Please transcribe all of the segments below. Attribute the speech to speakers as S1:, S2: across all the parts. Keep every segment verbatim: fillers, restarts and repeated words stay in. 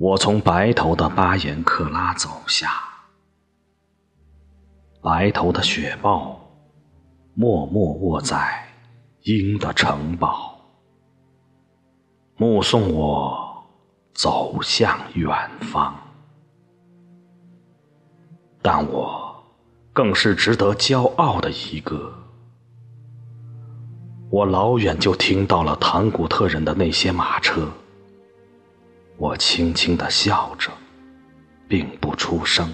S1: 我从白头的巴颜克拉走下，白头的雪豹默默卧在鹰的城堡，目送我走向远方。但我更是值得骄傲的一个。我老远就听到了唐古特人的那些马车，我轻轻地笑着，并不出声。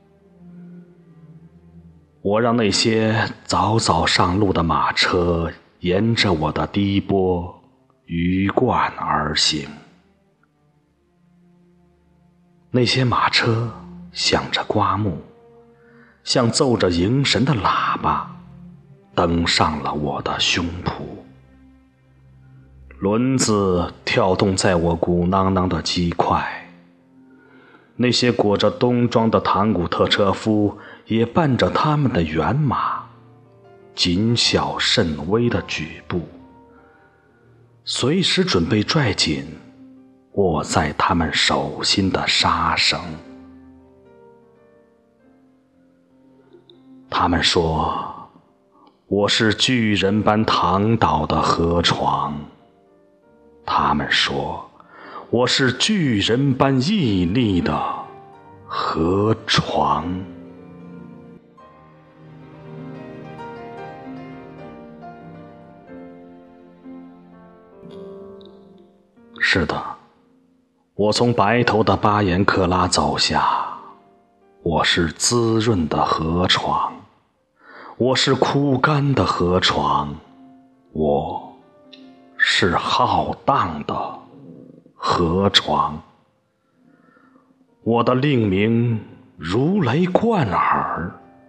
S1: 我让那些早早上路的马车沿着我的低波鱼贯而行。那些马车响着刮目，像奏着迎神的喇叭，登上了我的胸脯。轮子跳动在我鼓囊囊的肌块，那些裹着冬装的唐古特车夫也伴着他们的辕马，谨小慎微地举步，随时准备拽紧握在他们手心的纱绳。他们说我是巨人般躺倒的河床，他们说我是巨人般屹立的河床。是的，我从白头的巴颜克拉走下，我是滋润的河床，我是枯干的河床，我是浩荡的河床。我的令名如雷贯耳。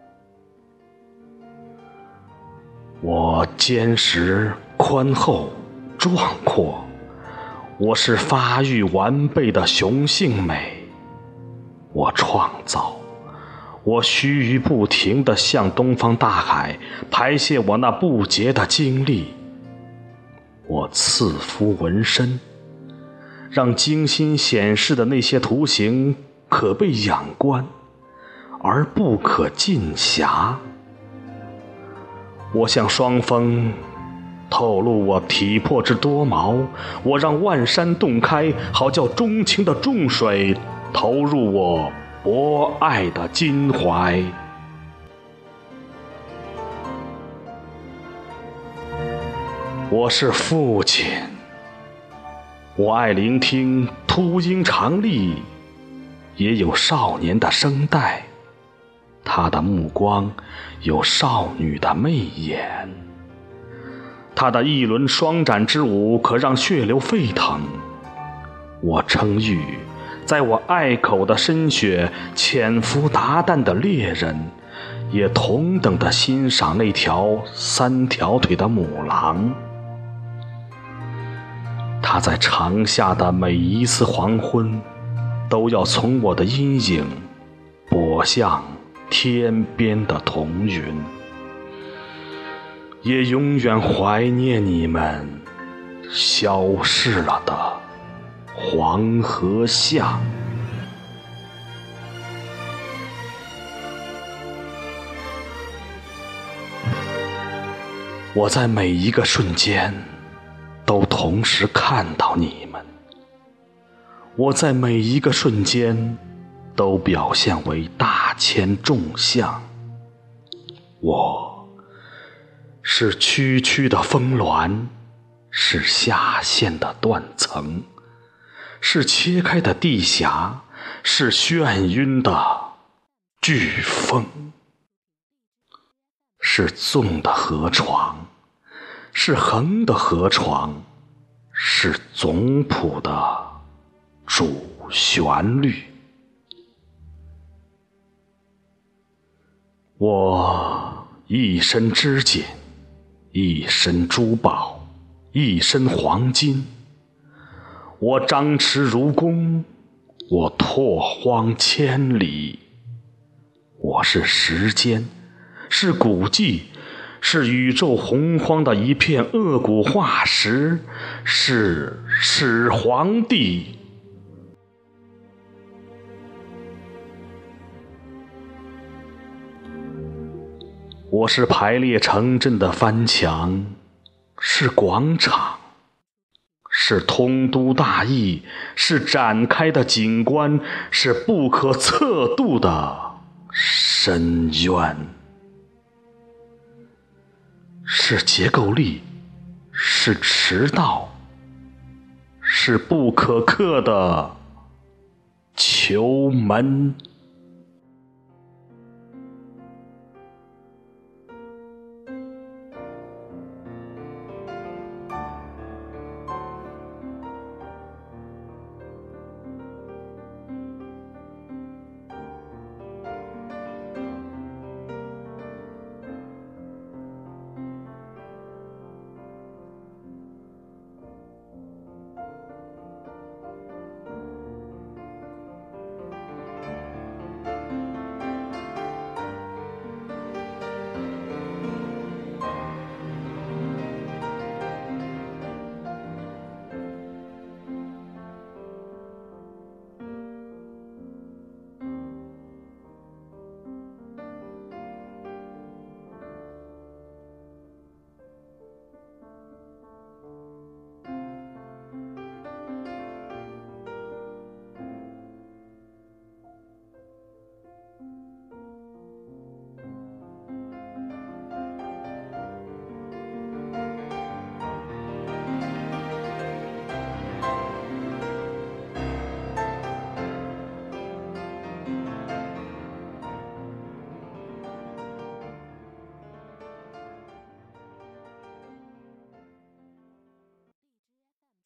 S1: 我坚实宽厚壮阔，我是发育完备的雄性美。我创造，我须臾不停地向东方大海排泄我那不竭的精力。我赐肤纹身，让精心显示的那些图形可被仰观，而不可近狭。我向双峰透露我体魄之多毛，我让万山洞开，好叫钟情的众水投入我博爱的襟怀。我是父亲，我爱聆听秃鹰长唳，也有少年的声带，他的目光有少女的媚眼，他的一轮双展之舞可让血流沸腾。我称誉在我隘口的深雪潜伏达旦的猎人，也同等地欣赏那条三条腿的母狼。他在长夏的每一次黄昏，都要从我的阴影拨向天边的彤云，也永远怀念你们消逝了的黄河下。我在每一个瞬间都同时看到你们，我在每一个瞬间都表现为大千众相。我是区区的峰峦，是下陷的断层，是切开的地峡，是眩晕的飓风，是纵的河床，是横的河床，是总谱的主旋律。我一身织锦，一身珠宝，一身黄金。我张弛如弓，我拓荒千里。我是时间，是古迹，是宇宙洪荒的一片恶骨化石，是始皇帝。 我是排列成阵的翻墙，是广场，是通都大义，是展开的景观，是不可测度的深渊，是结构力，是迟到，是不可克的球门。